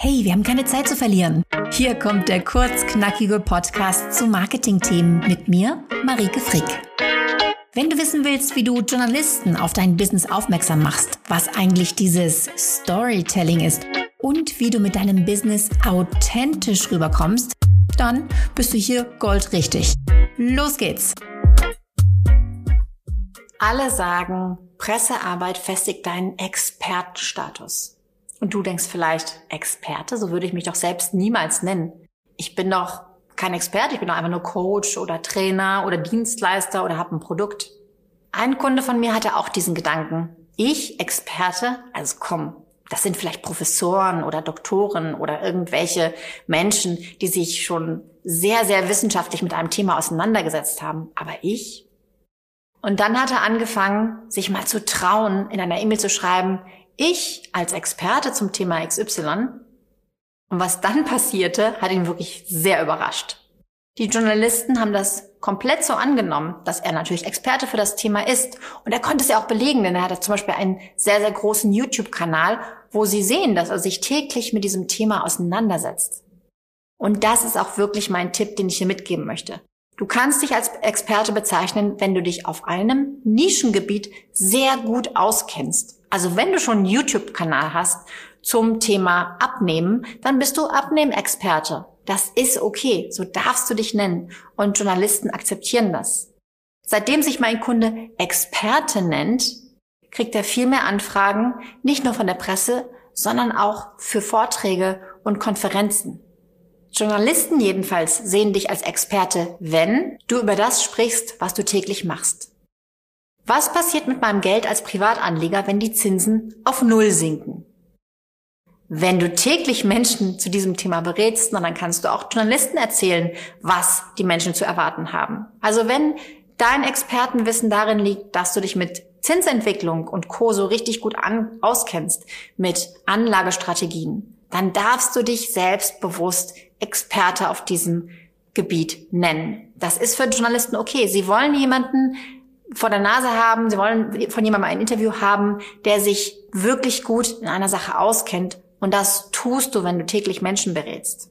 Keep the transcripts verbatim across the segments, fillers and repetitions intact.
Hey, wir haben keine Zeit zu verlieren. Hier kommt der kurzknackige Podcast zu Marketingthemen mit mir, Marieke Frick. Wenn du wissen willst, wie du Journalisten auf dein Business aufmerksam machst, was eigentlich dieses Storytelling ist und wie du mit deinem Business authentisch rüberkommst, dann bist du hier goldrichtig. Los geht's! Alle sagen, Pressearbeit festigt deinen Expertenstatus. Und du denkst vielleicht, Experte? So würde ich mich doch selbst niemals nennen. Ich bin doch kein Experte, ich bin doch einfach nur Coach oder Trainer oder Dienstleister oder habe ein Produkt. Ein Kunde von mir hatte auch diesen Gedanken. Ich, Experte? Also komm, das sind vielleicht Professoren oder Doktoren oder irgendwelche Menschen, die sich schon sehr, sehr wissenschaftlich mit einem Thema auseinandergesetzt haben. Aber ich? Und dann hat er angefangen, sich mal zu trauen, in einer E-Mail zu schreiben, ich als Experte zum Thema X Y. Und was dann passierte, hat ihn wirklich sehr überrascht. Die Journalisten haben das komplett so angenommen, dass er natürlich Experte für das Thema ist. Und er konnte es ja auch belegen, denn er hat zum Beispiel einen sehr, sehr großen YouTube-Kanal, wo sie sehen, dass er sich täglich mit diesem Thema auseinandersetzt. Und das ist auch wirklich mein Tipp, den ich hier mitgeben möchte. Du kannst dich als Experte bezeichnen, wenn du dich auf einem Nischengebiet sehr gut auskennst. Also wenn du schon einen YouTube-Kanal hast zum Thema Abnehmen, dann bist du Abnehmexperte. Das ist okay, so darfst du dich nennen. Und Journalisten akzeptieren das. Seitdem sich mein Kunde Experte nennt, kriegt er viel mehr Anfragen, nicht nur von der Presse, sondern auch für Vorträge und Konferenzen. Journalisten jedenfalls sehen dich als Experte, wenn du über das sprichst, was du täglich machst. Was passiert mit meinem Geld als Privatanleger, wenn die Zinsen auf Null sinken? Wenn du täglich Menschen zu diesem Thema berätst, dann kannst du auch Journalisten erzählen, was die Menschen zu erwarten haben. Also wenn dein Expertenwissen darin liegt, dass du dich mit Zinsentwicklung und Co. so richtig gut an, auskennst, mit Anlagestrategien, dann darfst du dich selbstbewusst Experte auf diesem Gebiet nennen. Das ist für Journalisten okay. Sie wollen jemanden vor der Nase haben, sie wollen von jemandem ein Interview haben, der sich wirklich gut in einer Sache auskennt. Und das tust du, wenn du täglich Menschen berätst.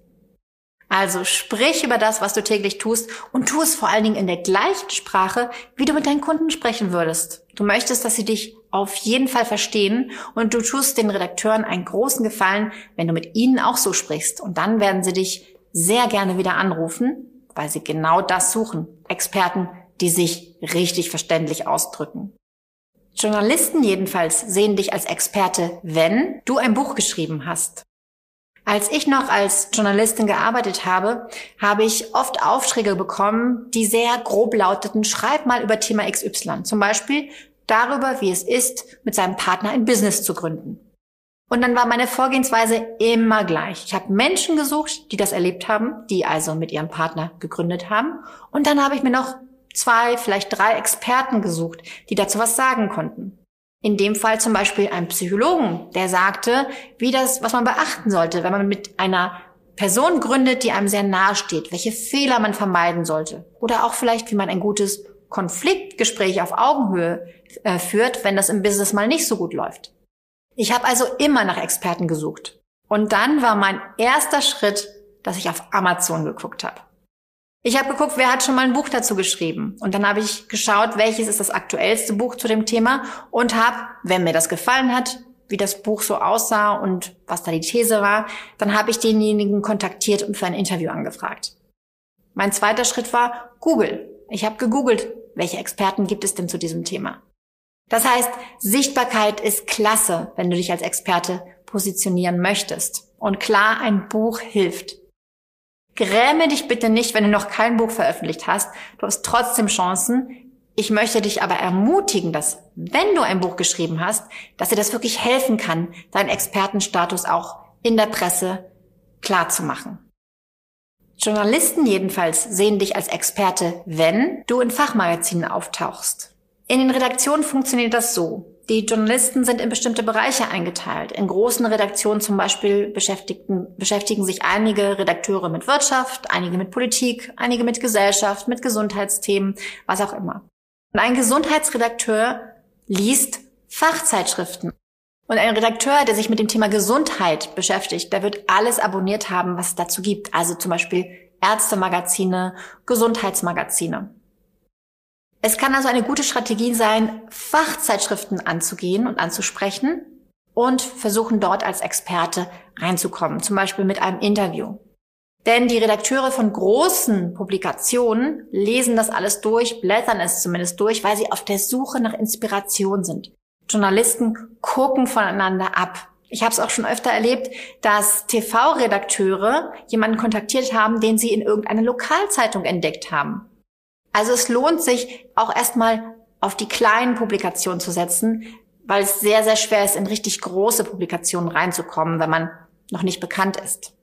Also sprich über das, was du täglich tust und tu es vor allen Dingen in der gleichen Sprache, wie du mit deinen Kunden sprechen würdest. Du möchtest, dass sie dich auf jeden Fall verstehen und du tust den Redakteuren einen großen Gefallen, wenn du mit ihnen auch so sprichst. Und dann werden sie dich sehr gerne wieder anrufen, weil sie genau das suchen. Experten, die sich richtig verständlich ausdrücken. Journalisten jedenfalls sehen dich als Experte, wenn du ein Buch geschrieben hast. Als ich noch als Journalistin gearbeitet habe, habe ich oft Aufträge bekommen, die sehr grob lauteten, schreib mal über Thema X Y. Zum Beispiel darüber, wie es ist, mit seinem Partner ein Business zu gründen. Und dann war meine Vorgehensweise immer gleich. Ich habe Menschen gesucht, die das erlebt haben, die also mit ihrem Partner gegründet haben. Und dann habe ich mir noch zwei, vielleicht drei Experten gesucht, die dazu was sagen konnten. In dem Fall zum Beispiel einen Psychologen, der sagte, wie das, was man beachten sollte, wenn man mit einer Person gründet, die einem sehr nahe steht, welche Fehler man vermeiden sollte. Oder auch vielleicht, wie man ein gutes Konfliktgespräch auf Augenhöhe äh, führt, wenn das im Business mal nicht so gut läuft. Ich habe also immer nach Experten gesucht. Und dann war mein erster Schritt, dass ich auf Amazon geguckt habe. Ich habe geguckt, wer hat schon mal ein Buch dazu geschrieben. Und dann habe ich geschaut, welches ist das aktuellste Buch zu dem Thema und habe, wenn mir das gefallen hat, wie das Buch so aussah und was da die These war, dann habe ich denjenigen kontaktiert und für ein Interview angefragt. Mein zweiter Schritt war Google. Ich habe gegoogelt, welche Experten gibt es denn zu diesem Thema. Das heißt, Sichtbarkeit ist klasse, wenn du dich als Experte positionieren möchtest. Und klar, ein Buch hilft. Gräme dich bitte nicht, wenn du noch kein Buch veröffentlicht hast. Du hast trotzdem Chancen. Ich möchte dich aber ermutigen, dass, wenn du ein Buch geschrieben hast, dass dir das wirklich helfen kann, deinen Expertenstatus auch in der Presse klar zu machen. Journalisten jedenfalls sehen dich als Experte, wenn du in Fachmagazinen auftauchst. In den Redaktionen funktioniert das so. Die Journalisten sind in bestimmte Bereiche eingeteilt. In großen Redaktionen zum Beispiel beschäftigen, beschäftigen sich einige Redakteure mit Wirtschaft, einige mit Politik, einige mit Gesellschaft, mit Gesundheitsthemen, was auch immer. Und ein Gesundheitsredakteur liest Fachzeitschriften. Und ein Redakteur, der sich mit dem Thema Gesundheit beschäftigt, der wird alles abonniert haben, was es dazu gibt. Also zum Beispiel Ärztemagazine, Gesundheitsmagazine. Es kann also eine gute Strategie sein, Fachzeitschriften anzugehen und anzusprechen und versuchen dort als Experte reinzukommen, zum Beispiel mit einem Interview. Denn die Redakteure von großen Publikationen lesen das alles durch, blättern es zumindest durch, weil sie auf der Suche nach Inspiration sind. Journalisten gucken voneinander ab. Ich habe es auch schon öfter erlebt, dass T V-Redakteure jemanden kontaktiert haben, den sie in irgendeiner Lokalzeitung entdeckt haben. Also es lohnt sich auch erstmal auf die kleinen Publikationen zu setzen, weil es sehr, sehr schwer ist, in richtig große Publikationen reinzukommen, wenn man noch nicht bekannt ist.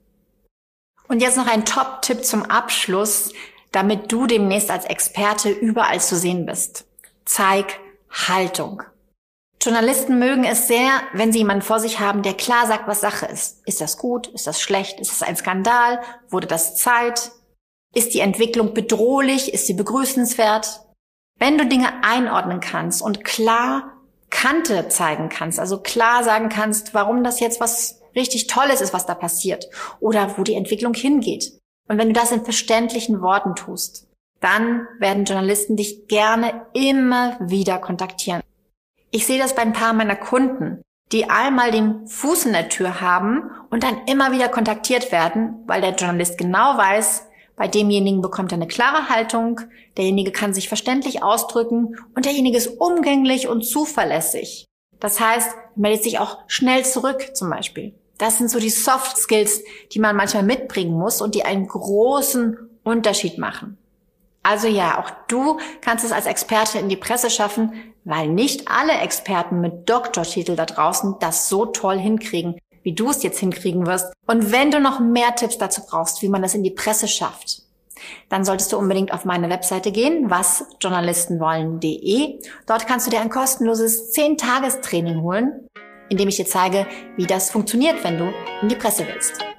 Und jetzt noch ein Top-Tipp zum Abschluss, damit du demnächst als Experte überall zu sehen bist. Zeig Haltung. Journalisten mögen es sehr, wenn sie jemanden vor sich haben, der klar sagt, was Sache ist. Ist das gut? Ist das schlecht? Ist das ein Skandal? Wurde das Zeit? Ist die Entwicklung bedrohlich? Ist sie begrüßenswert? Wenn du Dinge einordnen kannst und klar Kante zeigen kannst, also klar sagen kannst, warum das jetzt was richtig Tolles ist, was da passiert oder wo die Entwicklung hingeht. Und wenn du das in verständlichen Worten tust, dann werden Journalisten dich gerne immer wieder kontaktieren. Ich sehe das bei ein paar meiner Kunden, die einmal den Fuß in der Tür haben und dann immer wieder kontaktiert werden, weil der Journalist genau weiß, bei demjenigen bekommt er eine klare Haltung, derjenige kann sich verständlich ausdrücken und derjenige ist umgänglich und zuverlässig. Das heißt, er meldet sich auch schnell zurück zum Beispiel. Das sind so die Soft Skills, die man manchmal mitbringen muss und die einen großen Unterschied machen. Also ja, auch du kannst es als Experte in die Presse schaffen, weil nicht alle Experten mit Doktortitel da draußen das so toll hinkriegen, wie du es jetzt hinkriegen wirst. Und wenn du noch mehr Tipps dazu brauchst, wie man das in die Presse schafft, dann solltest du unbedingt auf meine Webseite gehen, was journalisten wollen punkt de. Dort kannst du dir ein kostenloses zehn-Tages-Training holen, in dem ich dir zeige, wie das funktioniert, wenn du in die Presse willst.